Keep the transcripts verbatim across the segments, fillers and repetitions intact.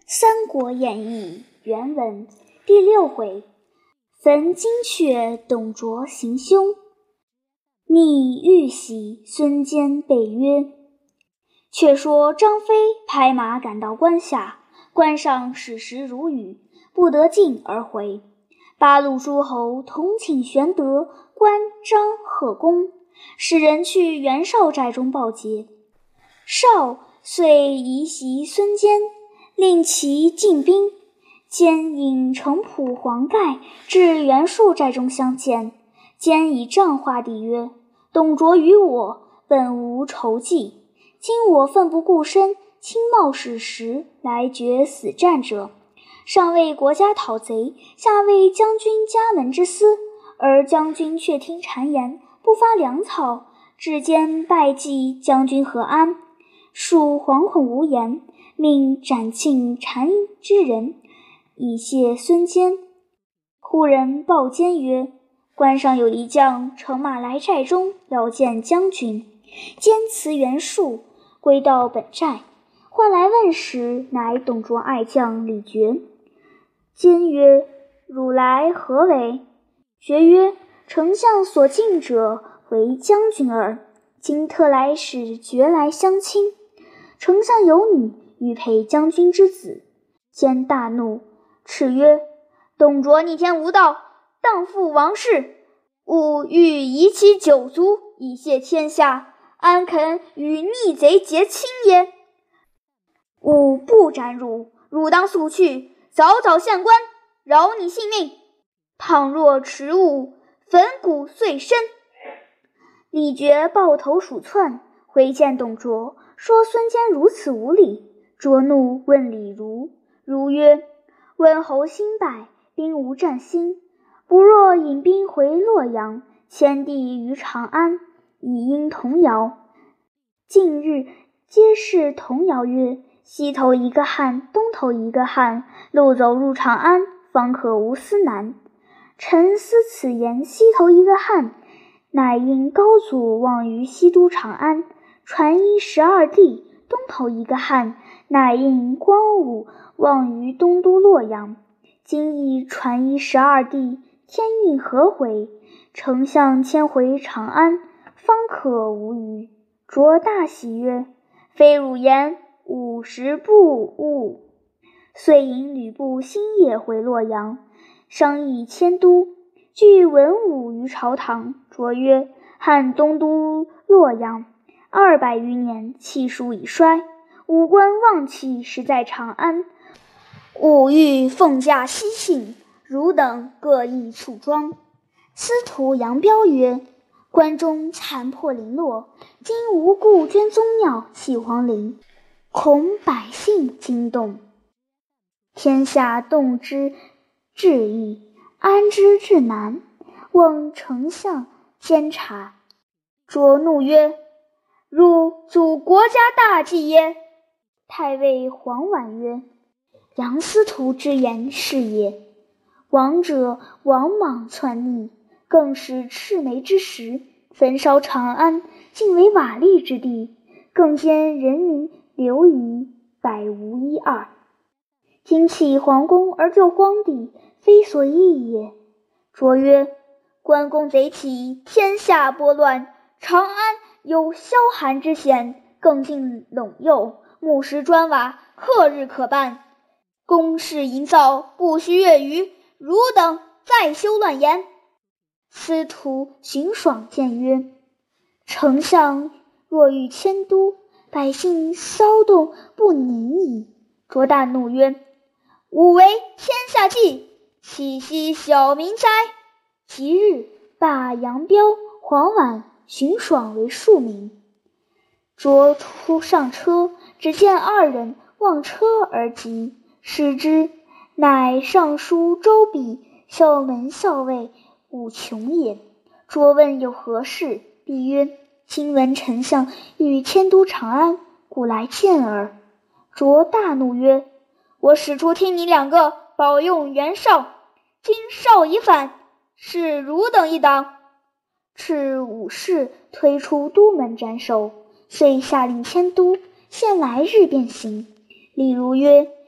三国演义》原文第六回，焚金阙，董卓行凶。逆玉玺，孙坚被约。却说张飞拍马赶到关下，关上矢石如雨，不得进而回。八路诸侯同请玄德、关张贺公，使人去袁绍寨中报捷。绍遂移袭孙坚，令其进兵。坚引程普、黄盖至袁术寨中相见。坚以杖话帝曰：董卓与我本无仇计，今我奋不顾身，轻冒矢石来决死战者，上为国家讨贼，下为将军家门之私，而将军却听谗言，不发粮草，至坚拜祭将军何安。术惶恐无言，命斩尽谗之人，以谢孙坚。忽人报坚曰：关上有一将乘马来寨中，要见将军。坚辞袁术，归到本寨，唤来问时，乃董卓爱将李傕。坚曰：汝来何为？傕曰：丞相所敬者为将军耳，今特来使傕来相亲。丞相有女，欲配将军之子。坚大怒，叱曰：董卓逆天无道，荡妇王室，吾欲夷其九族，以谢天下，安肯与逆贼结亲耶？吾不斩汝，汝当速去，早早献官，饶你性命。倘若迟误，粉骨碎身。李傕抱头鼠窜，回见董卓，说孙坚如此无礼。卓怒，问李儒。儒曰：温侯新败，兵无战心，不若引兵回洛阳，迁地于长安，以应童谣。近日皆是童谣曰：西头一个汉，东头一个汉，路走入长安，方可无私难。臣思此言西头一个汉，乃因高祖望于西都长安，传依十二地；东头一个汉，乃因光武望于东都洛阳。今亦传依十二地，天运合回，丞相迁回长安，方可无虞。卓大喜曰：非汝言，吾实不误。遂引吕布星夜回洛阳，商议迁都。据文武于朝堂，卓曰：汉东都洛阳二百余年，气数已衰，武官旺气实在长安，吾欲奉驾西幸，汝等各议处庄。司徒杨彪曰：关中残破零落，今无故捐宗庙，弃皇陵，恐百姓惊动，天下动之至易，安之至难，望丞相监察。卓怒曰：汝阻国家大计耶？太尉黄婉曰：杨司徒之言是也。王者王莽篡逆，更使赤眉之时，焚烧长安，尽为瓦砾之地，更兼人民流移，百无一二。今弃皇宫而救荒地，非所宜也。卓曰：关公贼起，天下拨乱，长安有萧寒之险，更尽陇右，木石砖瓦，克日可办。工事营造，不须月余，汝等再休乱言。司徒荀爽谏曰：丞相若欲迁都，百姓骚动不宁矣。卓大怒曰：吾为天下计，岂惜小民哉？即日罢杨彪、黄婉、荀爽为庶民。卓出上车，只见二人望车而疾，视之，乃尚书周比、校门校尉武琼也。卓问有何事，比曰：今闻丞相欲迁都长安，故来见耳。卓大怒曰：我使出听你两个保用袁绍，今绍已反，是汝等一党。斥武士推出都门斩首，遂下令迁都，限来日便行。李儒曰：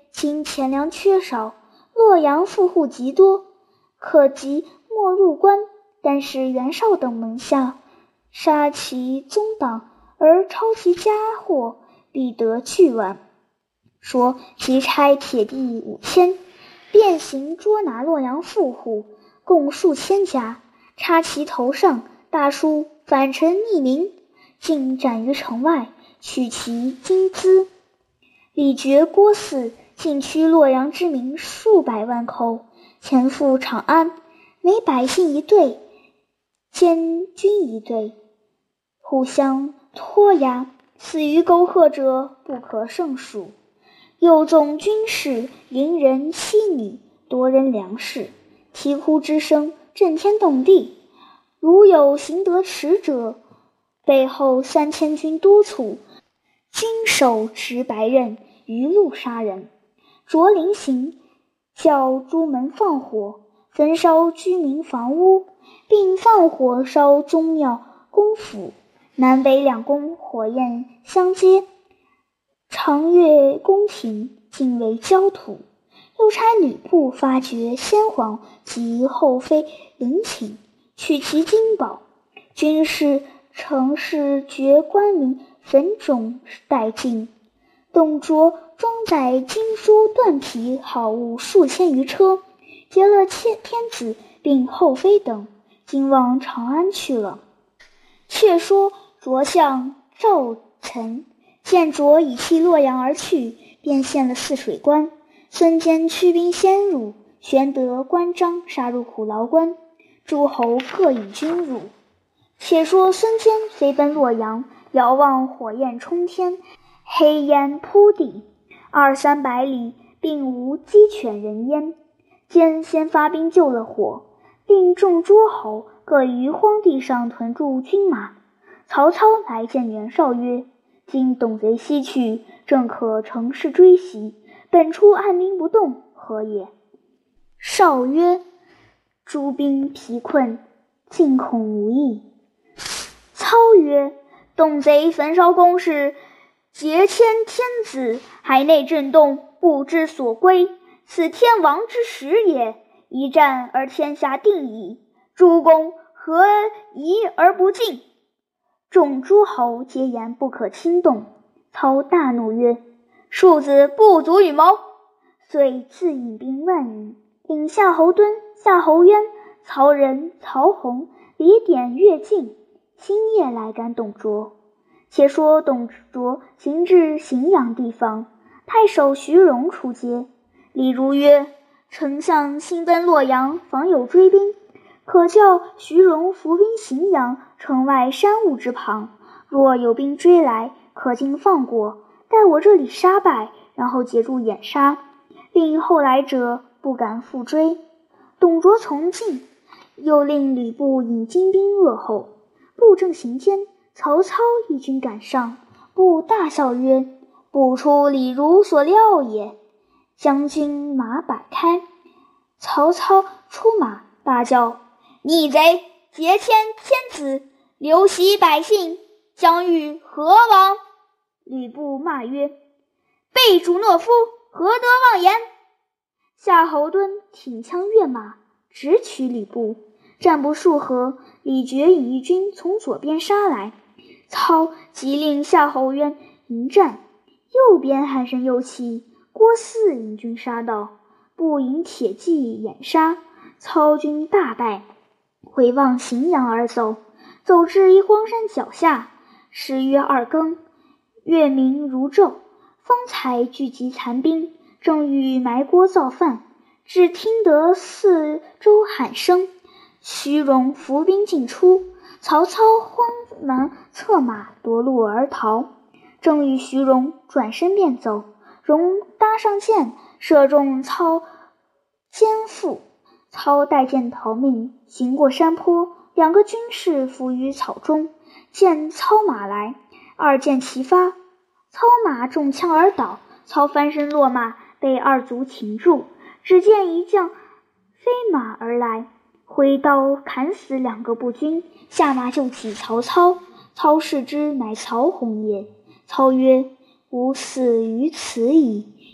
今钱粮缺少，洛阳富户极多，可及莫入关。但是袁绍等门下杀其宗党，而抄其家货，必得巨万。说即差铁骑五千，遍行捉拿洛阳富户，共数千家，插其头上，大书反臣匿名，尽斩于城外，取其金资。李傕、郭汜尽驱洛阳之民数百万口，潜赴长安，每百姓一队，监军一队，互相拖押，死于沟壑者不可胜数。又纵军士凌人妻女，夺人粮食，啼哭之声震天动地。如有行得迟者，背后三千军督促，军手持白刃，于路杀人。着临行，叫诸门放火，焚烧居民房屋，并放火烧宗庙公府。南北两宫火焰相接，长月宫廷尽为焦土。又差吕布发掘先皇及后妃陵寝，取其金宝。军士乘势掘官民坟冢殆尽。董卓装载金珠缎皮好物数千余车，劫了天子并后妃等，今往长安去了。却说卓相赵臣见卓已弃洛阳而去，便献了泗水关。孙坚驱兵先入，玄德、关张杀入虎牢关，诸侯各引军入。且说孙坚飞奔洛阳，遥望火焰冲天，黑烟铺地，二三百里并无鸡犬人烟。坚先发兵救了火，令众诸侯各于荒地上屯驻军马。曹操来见袁绍曰：今董贼西去，正可乘势追袭，本初按兵不动，何也？绍曰：诸兵疲困，进恐无益。操曰：董贼焚烧宫室，劫迁天子，海内震动，不知所归，此天王之时也。一战而天下定矣，诸公何疑而不进？众诸侯皆言不可轻动。操大怒曰：庶子不足与谋。遂自引兵万余，领夏侯惇、夏侯渊、曹仁、曹洪、李典、乐进，星夜来赶董卓。且说董卓行至荥阳地方，太守徐荣出接。李儒曰：丞相亲奔洛阳，防有追兵，可叫徐荣伏兵荥阳城外山坞之旁，若有兵追来，可尽放过，待我这里杀败，然后截住掩杀，令后来者不敢复追。董卓从进，又令吕布引精兵扼后。布正行间，曹操一军赶上，布大笑曰：不出李儒所料也。将军马摆开，曹操出马，大叫：逆贼，劫迁天子，流徙百姓，将欲何往？吕布骂曰：背主懦夫，何得妄言？夏侯惇挺枪跃马，直取吕布。战不数合，李傕引一军从左边杀来，操即令夏侯渊迎战。右边鼾声又起，郭汜引军杀到，布引铁骑掩杀，操军大败，回望荥阳而走。走至一荒山脚下，时约二更，月明如昼，方才聚集残兵，正欲埋锅造饭，只听得四周喊声，徐荣伏兵进出，曹操慌忙策马夺路而逃。正与徐荣转身便走，荣搭上箭，射中操肩腹，操带箭逃命，行过山坡，两个军士伏于草中，见操马来，二箭齐发，操马中枪而倒，操翻身落马，被二卒擒住。只见一将飞马而来，挥刀砍死两个步军，下马救起曹操。操视之，乃曹洪也。操曰：吾死于此矣，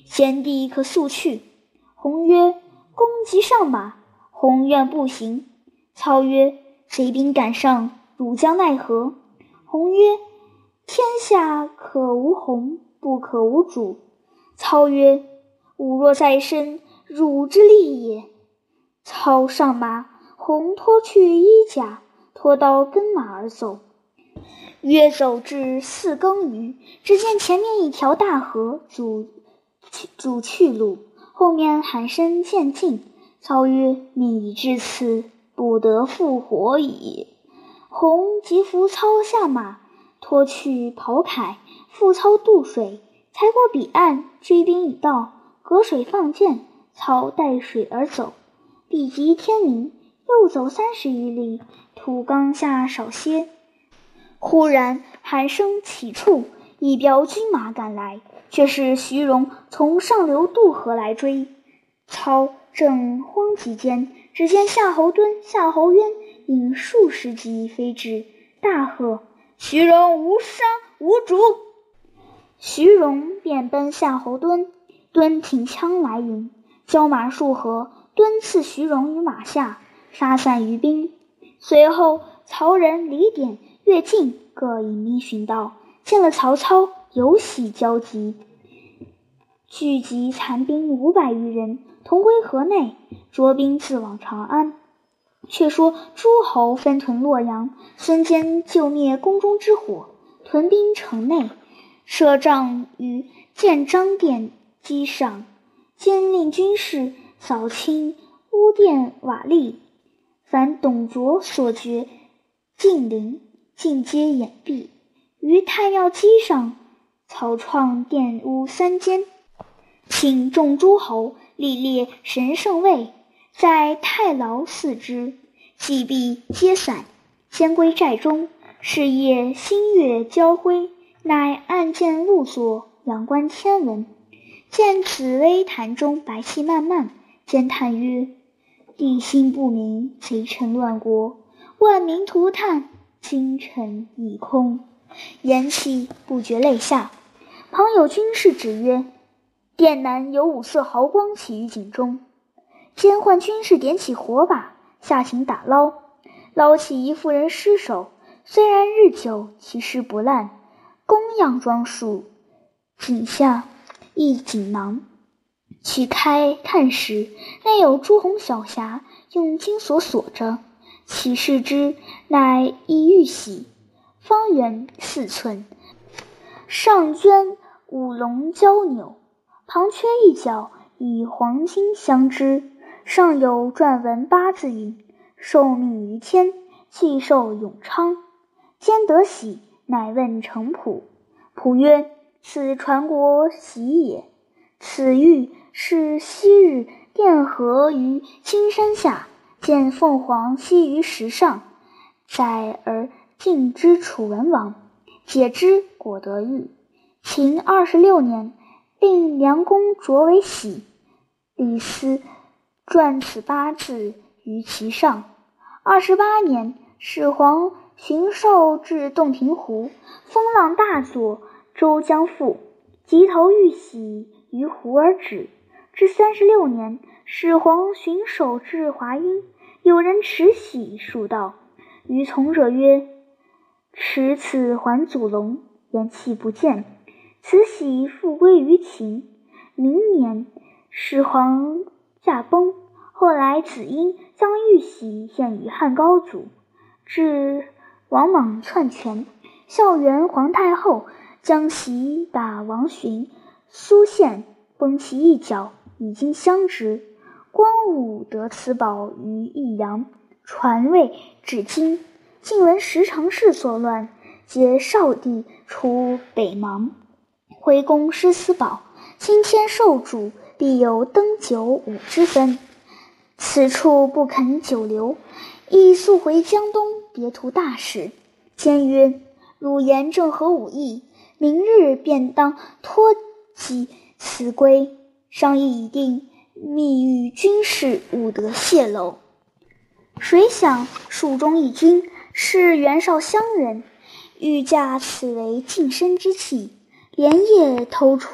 先帝可速去。弘曰：公即上马。弘愿步行。操曰：贼兵赶上，汝将奈何？弘曰：天下可无弘，不可无主。操曰：吾若在身，汝之利也。操上马，弘脱去衣甲，拖刀跟马而走。约走至四更余，只见前面一条大河阻阻去路，后面喊声渐近。操曰：命已至此，不得复活矣。弘即扶操下马，脱去袍铠，复操渡水，才过彼岸，追兵已到，隔水放箭，操带水而走。必及天明，又走三十余里，途刚下少些，忽然喊声起处，一彪军马赶来，却是徐荣从上流渡河来追。操正慌急间，只见夏侯惇、夏侯渊引数十骑飞至，大喝：徐荣无伤无主！徐荣便奔夏侯惇，惇挺枪来迎，交马数合，惇刺徐荣于马下，杀散余兵。随后曹仁、李典、乐进各引兵寻到，见了曹操，有喜交集，聚集残兵五百余人，同归河内，着兵自往长安。却说诸侯分屯洛阳，孙坚救灭宫中之火，屯兵城内，设帐于建章殿基上，兼令军士扫清屋殿瓦砾，凡董卓所掘晋陵，尽皆掩蔽。于太庙基上草创殿屋三间，请众诸侯历列神圣位，在太牢祀之，祭毕皆散，先归寨中。是夜星月交辉，乃暗见鹿作，仰观天文。见紫微坛中白气漫漫，兼叹曰：地心不明，贼臣乱国，万民涂炭，君臣一空。言讫，不觉泪下。旁有军士指曰：殿南有五色毫光起于井中。监唤军士点起火把，下井打捞，捞起一妇人尸首，虽然日久，其尸不烂，供样装束。井下一锦囊，取开看时，内有朱红小匣，用金锁锁着。其视之，乃一玉玺，方圆四寸，上镌五龙交钮，旁缺一角，以黄金镶之，上有篆文八字印：受命于天，气寿永昌。兼得玺，乃问程普。普曰：此传国玺也。此玉是昔日殿合于青山下，见凤凰栖于石上，载而进之楚文王，解之，果得玉。秦二十六年，令梁公擢为玺，李斯撰此八字于其上。二十八年，始皇巡狩至洞庭湖，风浪大作，舟将覆，即投玉玺于湖而止。至三十六年，始皇巡守至华阴，有人持玺数道，于从者曰：持此还祖龙，言其不见。此玺复归于秦。明年，始皇驾崩，后来子婴将玉玺献与汉高祖。至王莽篡权，孝元皇太后将玺打王寻、苏献，崩其一角，以金镶之。光武得此宝于益阳，传位至今。晋闻十常侍作乱，皆少帝出北邙，回宫失此宝，今天受主，必有登九五之分。此处不肯久留，亦速回江东，别图大事。兼曰：汝言正合吾意，明日便当托己辞归。商议已定，密谕军士勿得泄露。谁想蜀中一军是袁绍乡人，欲驾此为晋升之计，连夜偷出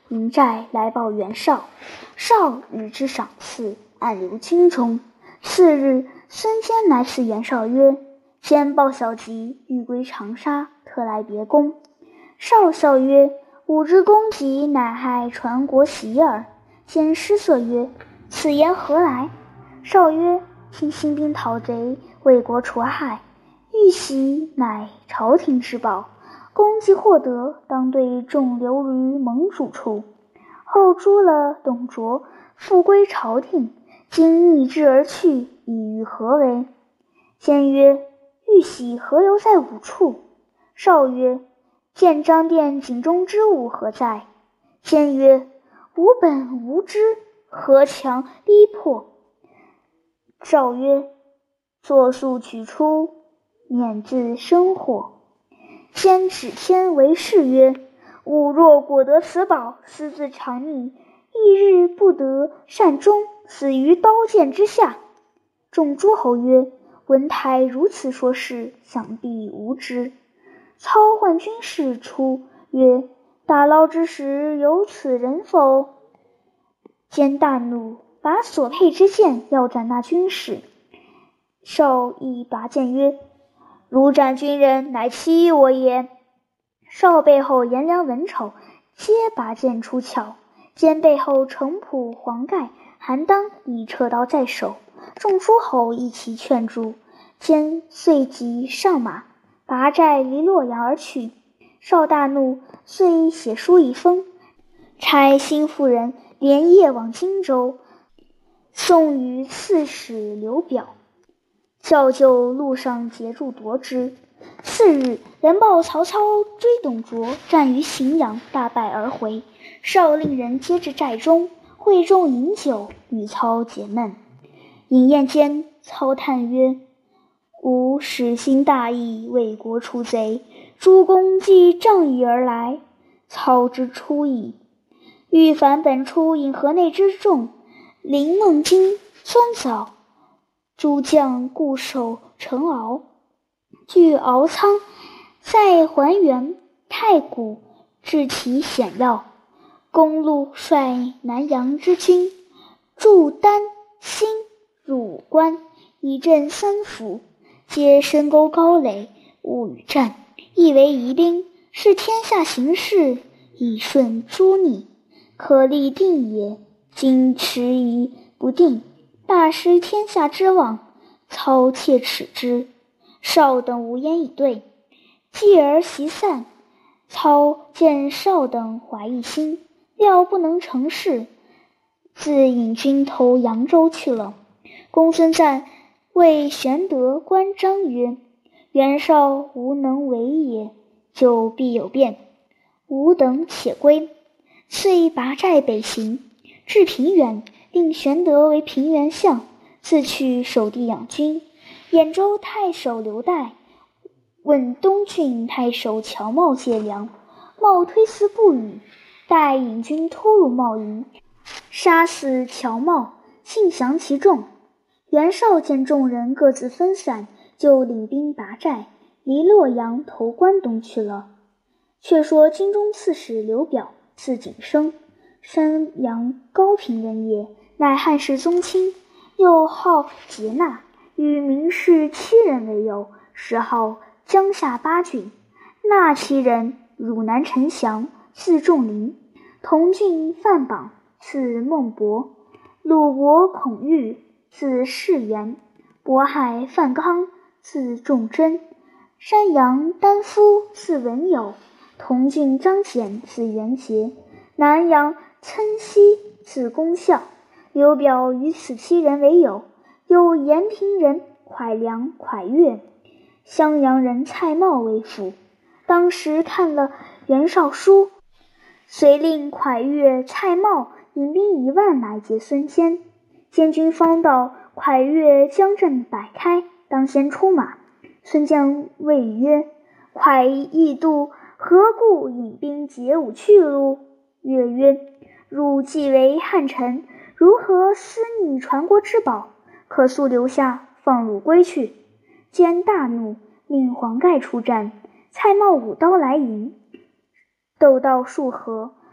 迎寨来报袁绍，绍与之赏赐，暗流京中。次日，孙坚来辞袁绍曰：坚报小急，欲归长沙，特来别公。绍笑曰：吾之公急，乃害传国喜耳。坚失色曰：此言何来？绍曰：听兴兵讨贼，为国除害，玉玺乃朝廷之宝，公既获得，当对众留于盟主处。后诛了董卓，复归朝廷，今逆之而去，意欲何为？坚曰：玉玺何由在吾处？绍曰：见张殿井中之物何在？坚曰：吾本无知，何强逼迫？绍曰：作速取出，免自生祸。坚指天为誓曰：吾若果得此宝，私自藏匿，一日不得善终，死于刀剑之下。众诸侯曰：文台如此说事，想必无知。操唤军士出，曰：打捞之时，有此人否？坚大怒，拔所佩之剑，要斩那军士。绍亦拔剑曰：如斩军人，乃欺我也。绍背后颜良、文丑皆拔剑出鞘，坚背后程普、黄盖、韩当已撤刀在手，众诸侯一齐劝住。坚遂即上马，拔寨离洛阳而去。绍大怒，遂写书一封，差新妇人连夜往荆州，送与刺史刘表，教就路上截住夺之。次日，人报曹操追董卓，战于荥阳，大败而回。绍令人接至寨中，会众饮酒，与操解闷。饮宴间，操叹曰：吾始心大义，为国除贼，诸公既仗义而来，操之出矣。欲反本初引河内之众，临孟津、酸枣，诸将固守陈敖，据敖仓，再还原太谷，治其险要。公路率南阳之军，驻丹、新、入武关，以镇三府，皆深沟高垒，勿与战，亦为疑兵，是天下形势，以顺诸逆，可立定也。今迟疑不定，大失天下之望，操切齿之。绍等无言以对，继而席散。操见绍等怀异心，料不能成事，自引军投扬州去了。公孙瓒谓玄德、关张曰：袁绍无能为也，就必有变，吾等且归。遂拔寨北行，至平原，令玄德为平原相，自去守地养军。兖州太守刘岱问东郡太守乔瑁借粮，瑁推辞不与。岱引军突入瑁营，杀死乔瑁，尽降其众。袁绍见众人各自分散，就领兵拔寨，离洛阳投关东去了。却说军中刺史刘表，字景升，山阳高平人也，乃汉室宗亲，又好节纳，与名士七人为友，谥号江夏八郡。纳其人汝南陈祥，字仲林，同郡范榜，字孟博，鲁国孔玉，字士元，渤海范康，字仲贞，山阳丹夫，字文友，同郡张简，字元节，南阳岑溪，字公孝。刘表与此七人为友，有延平人蒯良、蒯越，襄阳人蔡瑁为辅。当时看了袁绍书，遂令蒯越、蔡瑁引兵一万来劫孙坚。监军方到，蒯越将阵摆开，当先出马。孙坚谓曰：蒯异度，何故引兵劫吾去路？越曰：汝既为汉臣，如何私逆传国之宝？可速留下，放汝归去。坚大怒，命黄盖出战。蔡瑁舞刀来迎，斗到数合，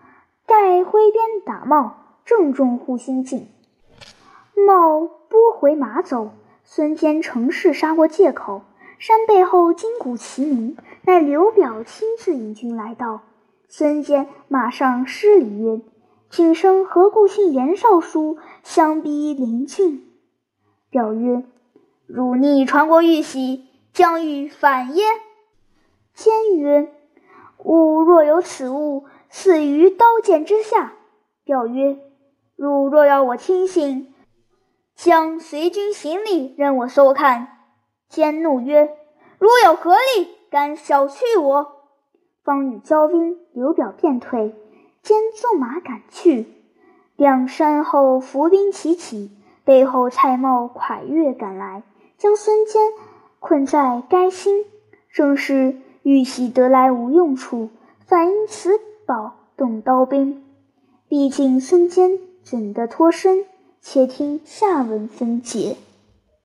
待挥鞭打帽，正中护心镜。帽拨回马走，孙坚乘势杀过界口，山背后金鼓齐鸣，乃刘表亲自引军来到。孙坚马上施礼曰：“请生何故信袁绍书，相逼临近？”表曰：“汝逆传国玉玺，将欲反耶？”坚曰：“吾若有此物，死于刀剑之下。”表曰：“汝若要我听信，将随军行李任我搜看。”坚怒曰：“如有何力，敢小觑我？”方欲交兵，刘表便退，坚纵马赶去。两山后伏兵齐起，背后蔡瑁蒯越赶来，将孙坚困在该心。正是玉玺得来无用处，反因此宝动刀兵。毕竟孙坚怎得脱身？且听下文分解。